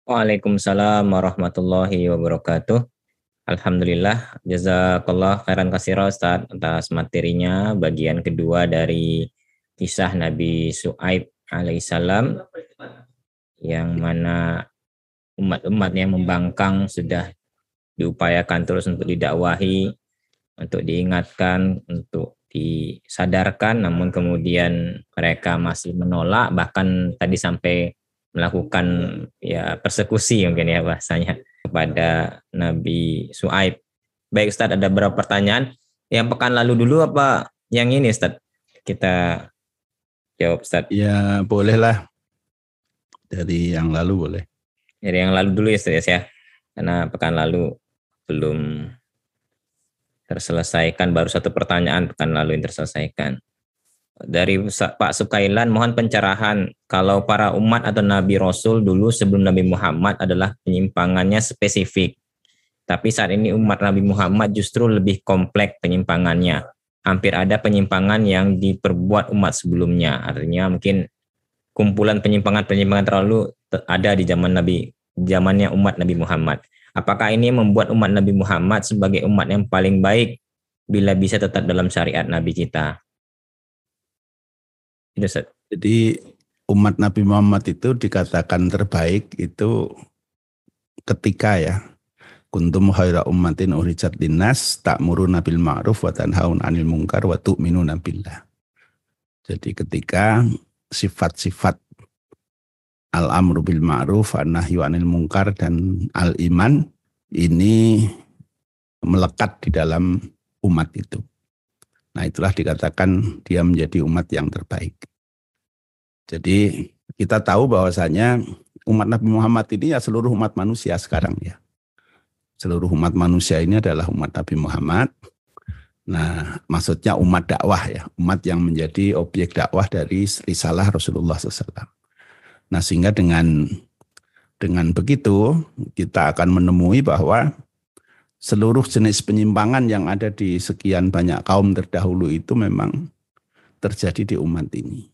Waalaikumsalam warahmatullahi wabarakatuh. Alhamdulillah, jazakallah khairan katsira Ustaz atas materinya bagian kedua dari kisah Nabi Su'aib alaihissalam yang mana umat-umat yang membangkang sudah diupayakan terus untuk didakwahi, untuk diingatkan, untuk disadarkan, namun kemudian mereka masih menolak, bahkan tadi sampai melakukan ya persekusi mungkin ya bahasanya kepada Nabi Su'aib. Baik Ustadz, ada beberapa pertanyaan. Yang pekan lalu dulu apa yang ini Ustadz? Kita jawab Ustadz. Ya bolehlah, dari yang lalu boleh. Dari yang lalu dulu ya Ustadz ya, karena pekan lalu belum terselesaikan, baru satu pertanyaan pekan lalu yang terselesaikan. Dari Pak Sukailan, mohon pencerahan kalau para umat atau Nabi Rasul dulu sebelum Nabi Muhammad adalah penyimpangannya spesifik. Tapi saat ini umat Nabi Muhammad justru lebih kompleks penyimpangannya. Hampir ada penyimpangan yang diperbuat umat sebelumnya. Artinya mungkin kumpulan penyimpangan-penyimpangan terlalu ada di zamannya umat Nabi Muhammad. Apakah ini membuat umat Nabi Muhammad sebagai umat yang paling baik bila bisa tetap dalam syariat Nabi kita? Itu, Ustaz. Jadi umat Nabi Muhammad itu dikatakan terbaik itu ketika ya kuntum khaira ummatin ukhrijat linnas ta'muruna bil ma'ruf wa tanhauna 'anil munkar wa tu'minuna billah. Jadi ketika sifat-sifat al-amru bil ma'ruf wa nahyu 'anil munkar dan al-iman ini melekat di dalam umat itu. Nah itulah dikatakan dia menjadi umat yang terbaik. Jadi kita tahu bahwasanya umat Nabi Muhammad ini ya seluruh umat manusia sekarang ya. Seluruh umat manusia ini adalah umat Nabi Muhammad. Nah maksudnya umat dakwah ya. Umat yang menjadi objek dakwah dari risalah Rasulullah SAW. Nah sehingga dengan begitu kita akan menemui bahwa seluruh jenis penyimpangan yang ada di sekian banyak kaum terdahulu itu memang terjadi di umat ini.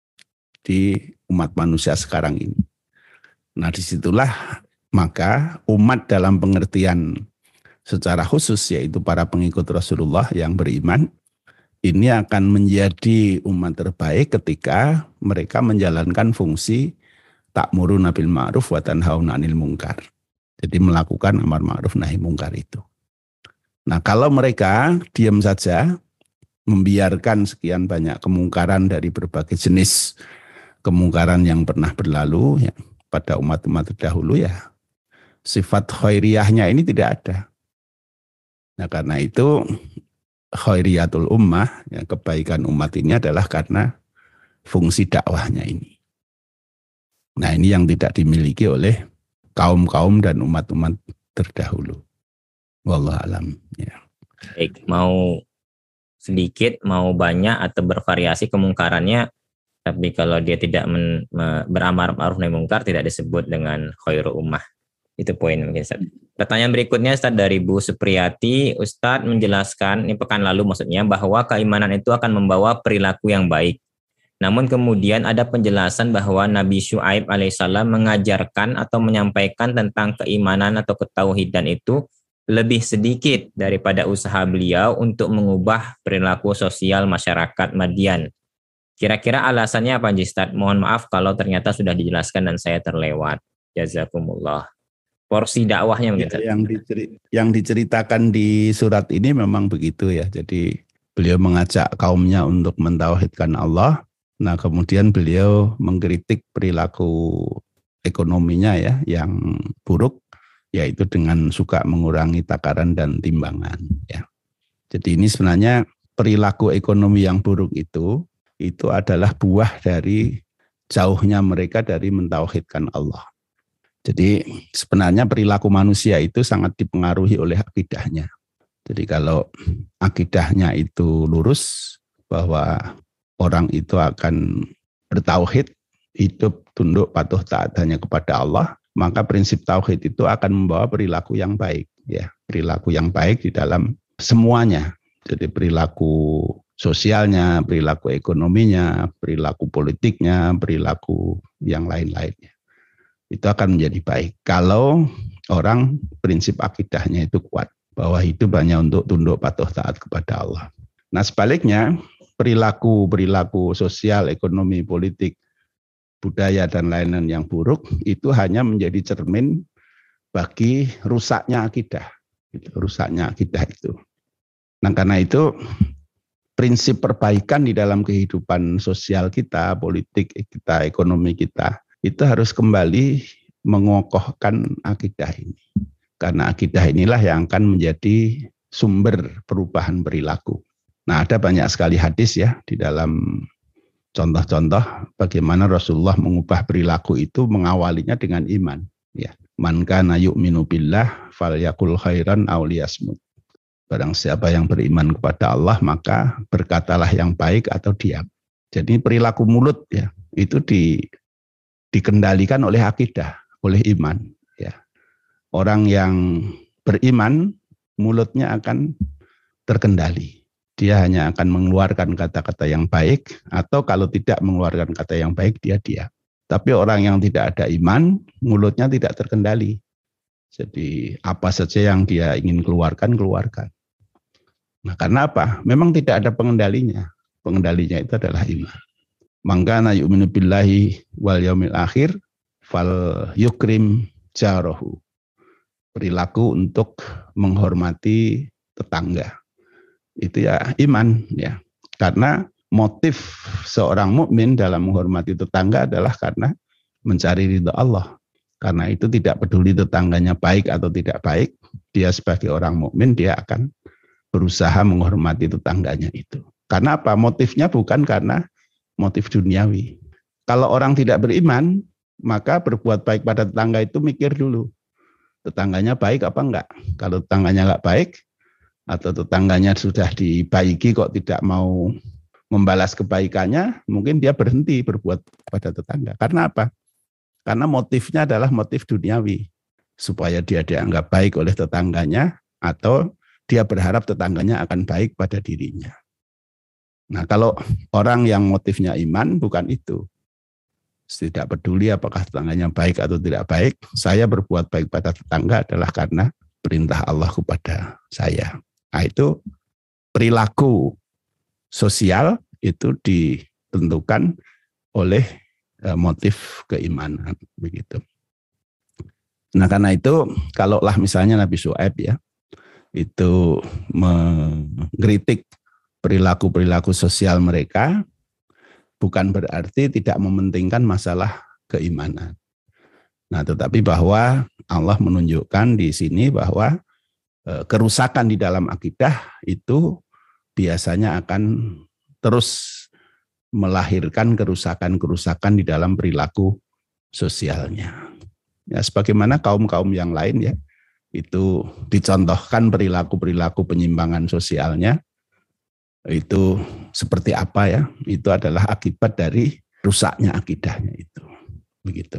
Di umat manusia sekarang ini. Nah disitulah maka umat dalam pengertian secara khusus yaitu para pengikut Rasulullah yang beriman ini akan menjadi umat terbaik ketika mereka menjalankan fungsi ta'muruna bil ma'ruf wa tanhauna 'anil munkar. Jadi melakukan amar ma'ruf nahi mungkar itu. Nah kalau mereka diam saja, membiarkan sekian banyak kemungkaran dari berbagai jenis kemungkaran yang pernah berlalu ya, pada umat-umat terdahulu ya, sifat khairiyahnya ini tidak ada. Nah karena itu khairiyatul ummah, ya, kebaikan umat ini adalah karena fungsi dakwahnya ini. Nah ini yang tidak dimiliki oleh kaum-kaum dan umat-umat terdahulu. Wallahu alam. Ya. Baik, mau sedikit, mau banyak atau bervariasi kemungkarannya, tapi kalau dia tidak beramar ma'ruf nahi mungkar tidak disebut dengan khairu ummah. Itu poin mungkin Ustaz. Pertanyaan berikutnya Ustaz dari Bu Supriyati. Ustaz menjelaskan, ini pekan lalu maksudnya, bahwa keimanan itu akan membawa perilaku yang baik. Namun kemudian ada penjelasan bahwa Nabi Syu'aib alaihissalam mengajarkan atau menyampaikan tentang keimanan atau ketauhidan itu lebih sedikit daripada usaha beliau untuk mengubah perilaku sosial masyarakat Madian. Kira-kira alasannya apa Ustaz? Mohon maaf kalau ternyata sudah dijelaskan dan saya terlewat. Jazakumullah. Porsi dakwahnya mungkin Ustaz. Yang diceritakan di surat ini memang begitu ya. Jadi beliau mengajak kaumnya untuk mentauhidkan Allah. Nah kemudian beliau mengkritik perilaku ekonominya ya yang buruk, yaitu dengan suka mengurangi takaran dan timbangan. Ya. Jadi ini sebenarnya perilaku ekonomi yang buruk itu adalah buah dari jauhnya mereka dari mentauhidkan Allah. Jadi sebenarnya perilaku manusia itu sangat dipengaruhi oleh akidahnya. Jadi kalau akidahnya itu lurus bahwa orang itu akan bertauhid, hidup tunduk patuh taat hanya kepada Allah, maka prinsip tauhid itu akan membawa perilaku yang baik, ya, perilaku yang baik di dalam semuanya. Jadi perilaku sosialnya, perilaku ekonominya, perilaku politiknya, perilaku yang lain-lainnya. Itu akan menjadi baik kalau orang prinsip akidahnya itu kuat, bahwa hidup hanya untuk tunduk patuh taat kepada Allah. Nah sebaliknya, perilaku sosial, ekonomi, politik, budaya, dan lain-lain yang buruk, itu hanya menjadi cermin bagi rusaknya akidah. Rusaknya akidah itu. Nah karena itu, prinsip perbaikan di dalam kehidupan sosial kita, politik kita, ekonomi kita, itu harus kembali mengokohkan akidah ini. Karena akidah inilah yang akan menjadi sumber perubahan perilaku. Nah, ada banyak sekali hadis ya di dalam contoh-contoh bagaimana Rasulullah mengubah perilaku itu, mengawalinya dengan iman. Ya, man kana yu'minu billah falyakul khairan aw liyasmut. Barang siapa yang beriman kepada Allah, maka berkatalah yang baik atau diam. Jadi perilaku mulut ya itu dikendalikan oleh akidah, oleh iman. Ya. Orang yang beriman, mulutnya akan terkendali. Dia hanya akan mengeluarkan kata-kata yang baik, atau kalau tidak mengeluarkan kata yang baik, dia diam. Tapi orang yang tidak ada iman, mulutnya tidak terkendali. Jadi apa saja yang dia ingin keluarkan. Nah karena apa? Memang tidak ada pengendalinya. Pengendalinya itu adalah iman. Mangkana yu'minu billahi wal yaumil akhir fal yukrim jarahu. Perilaku untuk menghormati tetangga. Itu ya iman ya. Karena motif seorang mukmin dalam menghormati tetangga adalah karena mencari ridha Allah. Karena itu tidak peduli tetangganya baik atau tidak baik, dia sebagai orang mukmin dia akan berusaha menghormati tetangganya itu. Karena apa? Motifnya bukan karena motif duniawi. Kalau orang tidak beriman, maka berbuat baik pada tetangga itu mikir dulu. Tetangganya baik apa enggak? Kalau tetangganya enggak baik, atau tetangganya sudah dibaiki kok tidak mau membalas kebaikannya, mungkin dia berhenti berbuat pada tetangga. Karena apa? Karena motifnya adalah motif duniawi. Supaya dia dianggap baik oleh tetangganya, atau dia berharap tetangganya akan baik pada dirinya. Nah kalau orang yang motifnya iman bukan itu. Tidak peduli apakah tetangganya baik atau tidak baik, saya berbuat baik pada tetangga adalah karena perintah Allah kepada saya. Nah itu perilaku sosial itu ditentukan oleh motif keimanan. Begitu. Nah karena itu kalaulah misalnya Nabi Syuaib ya, itu mengkritik perilaku sosial mereka, bukan berarti tidak mementingkan masalah keimanan. Nah, tetapi bahwa Allah menunjukkan di sini bahwa kerusakan di dalam akidah itu biasanya akan terus melahirkan kerusakan-kerusakan di dalam perilaku sosialnya. Ya, sebagaimana kaum-kaum yang lain ya, itu dicontohkan perilaku penyimpangan sosialnya, itu seperti apa ya, itu adalah akibat dari rusaknya akidahnya itu. Begitu.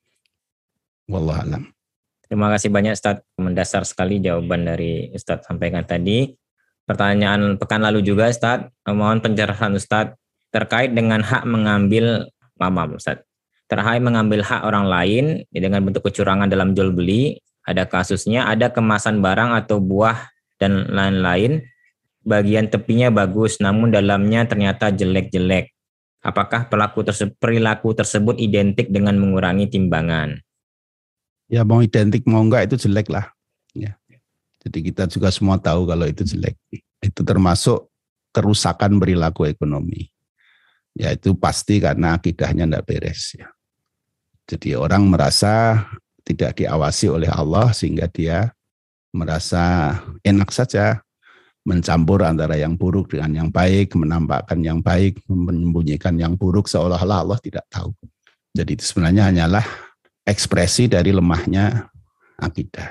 Wallahu a'lam. Terima kasih banyak Ustadz, mendasar sekali jawaban dari Ustadz sampaikan tadi. Pertanyaan pekan lalu juga Ustadz, mohon pencerahan Ustadz terkait dengan hak mengambil, Ustadz, terkait mengambil hak orang lain dengan bentuk kecurangan dalam jual beli. Ada kasusnya, ada kemasan barang atau buah dan lain-lain, bagian tepinya bagus, namun dalamnya ternyata jelek-jelek. Apakah perilaku tersebut identik dengan mengurangi timbangan? Ya mau identik mau enggak itu jelek lah. Ya. Jadi kita juga semua tahu kalau itu jelek. Itu termasuk kerusakan perilaku ekonomi. Ya itu pasti karena akidahnya enggak beres. Ya. Jadi orang merasa tidak diawasi oleh Allah sehingga dia merasa enak saja mencampur antara yang buruk dengan yang baik, menampakkan yang baik, menyembunyikan yang buruk seolah-olah Allah tidak tahu. Jadi itu sebenarnya hanyalah ekspresi dari lemahnya akidah.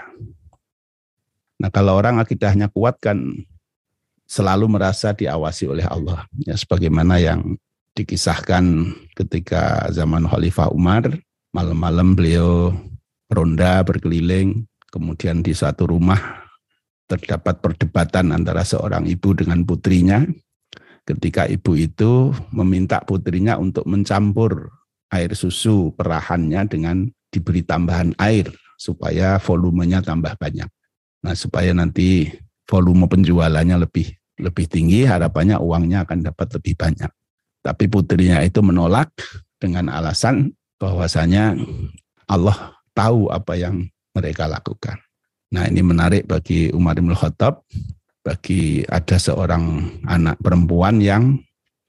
Nah kalau orang akidahnya kuat kan selalu merasa diawasi oleh Allah. Ya, sebagaimana yang dikisahkan ketika zaman Khalifah Umar, malam-malam beliau ronda berkeliling, kemudian di satu rumah terdapat perdebatan antara seorang ibu dengan putrinya, ketika ibu itu meminta putrinya untuk mencampur air susu perahannya dengan diberi tambahan air supaya volumenya tambah banyak. Nah, supaya nanti volume penjualannya lebih tinggi, harapannya uangnya akan dapat lebih banyak. Tapi putrinya itu menolak dengan alasan bahwasanya Allah tahu apa yang mereka lakukan. Nah, ini menarik bagi Umar bin Khattab, bagi ada seorang anak perempuan yang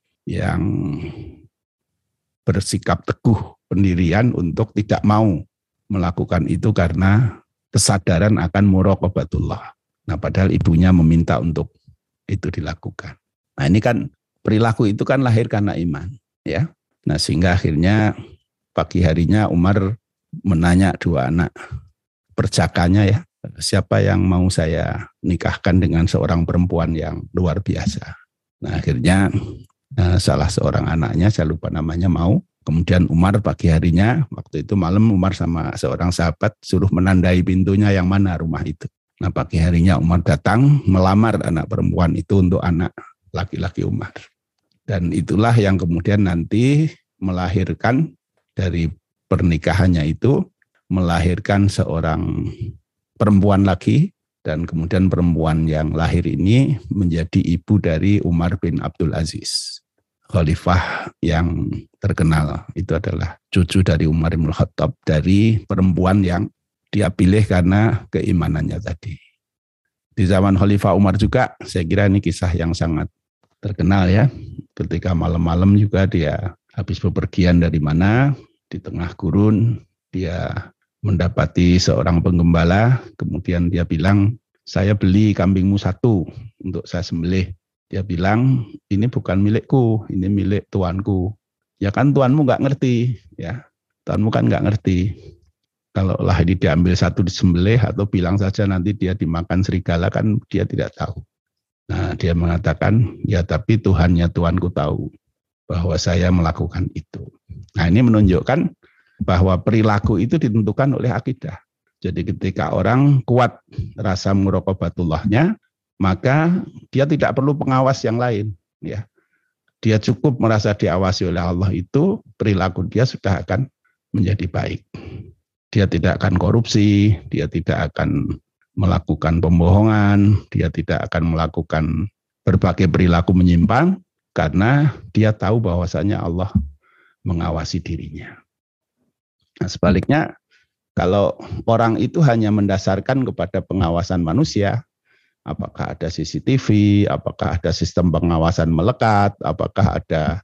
bersikap teguh pendirian untuk tidak mau melakukan itu karena kesadaran akan muraqabatullah. Nah, padahal ibunya meminta untuk itu dilakukan. Nah, ini kan perilaku itu kan lahir karena iman, ya. Nah, sehingga akhirnya pagi harinya Umar menanya dua anak perjakanya, ya, siapa yang mau saya nikahkan dengan seorang perempuan yang luar biasa. Nah, akhirnya salah seorang anaknya, saya lupa namanya, mau. Kemudian Umar pagi harinya, waktu itu malam, Umar sama seorang sahabat suruh menandai pintunya yang mana rumah itu. Nah, pagi harinya Umar datang melamar anak perempuan itu untuk anak laki-laki Umar. Dan itulah yang kemudian nanti melahirkan dari pernikahannya itu, melahirkan seorang perempuan lagi, dan kemudian perempuan yang lahir ini menjadi ibu dari Umar bin Abdul Aziz. Khalifah yang terkenal itu adalah cucu dari Umar bin Khattab, dari perempuan yang dia pilih karena keimanannya tadi. Di zaman Khalifah Umar juga, saya kira ini kisah yang sangat terkenal, ya. Ketika malam-malam juga dia habis bepergian dari mana, di tengah gurun, dia mendapati seorang penggembala, kemudian dia bilang, saya beli kambingmu satu untuk saya sembelih. Dia bilang, ini bukan milikku, ini milik tuanku. Ya kan tuanmu nggak ngerti, ya. Tuanmu kan nggak ngerti. Kalau lah ini diambil satu disembelih atau bilang saja nanti dia dimakan serigala, kan dia tidak tahu. Nah, dia mengatakan, ya tapi Tuhannya tuanku tahu bahwa saya melakukan itu. Nah, ini menunjukkan bahwa perilaku itu ditentukan oleh akidah. Jadi ketika orang kuat rasa muraqabatullahnya, maka dia tidak perlu pengawas yang lain, ya. Dia cukup merasa diawasi oleh Allah, itu perilaku dia sudah akan menjadi baik. Dia tidak akan korupsi, dia tidak akan melakukan pembohongan, dia tidak akan melakukan berbagai perilaku menyimpang karena dia tahu bahwasanya Allah mengawasi dirinya. Nah, sebaliknya kalau orang itu hanya mendasarkan kepada pengawasan manusia, apakah ada CCTV, apakah ada sistem pengawasan melekat, apakah ada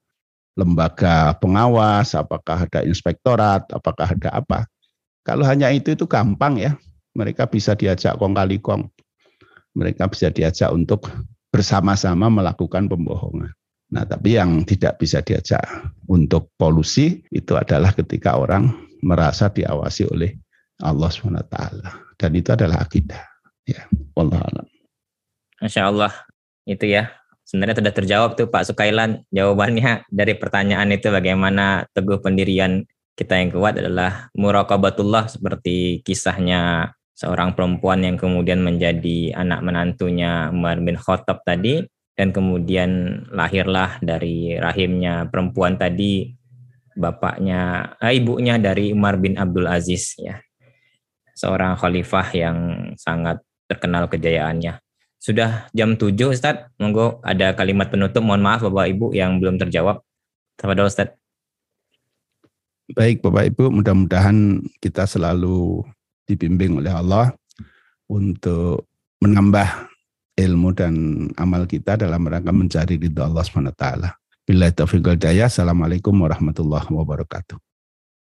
lembaga pengawas, apakah ada inspektorat, apakah ada apa. Kalau hanya itu gampang, ya. Mereka bisa diajak kong kali kong. Mereka bisa diajak untuk bersama-sama melakukan pembohongan. Nah, tapi yang tidak bisa diajak untuk polusi itu adalah ketika orang merasa diawasi oleh Allah SWT. Dan itu adalah akidah. Ya, wallahu a'lam. Masya Allah, itu ya. Sebenarnya sudah terjawab tuh Pak Sukailan. Jawabannya dari pertanyaan itu, bagaimana teguh pendirian kita yang kuat adalah muraqabatullah, seperti kisahnya seorang perempuan yang kemudian menjadi anak menantunya Umar bin Khattab tadi, dan kemudian lahirlah dari rahimnya perempuan tadi ibunya dari Umar bin Abdul Aziz, ya. Seorang khalifah yang sangat terkenal kejayaannya. Sudah jam 7, Ustadz. Monggo ada kalimat penutup. Mohon maaf Bapak Ibu yang belum terjawab. Tafadhol, Ustadz. Baik Bapak Ibu, mudah-mudahan kita selalu dibimbing oleh Allah untuk menambah ilmu dan amal kita dalam rangka mencari ridha Allah SWT. Billahi taufiq wal hidayah. Assalamualaikum warahmatullahi wabarakatuh.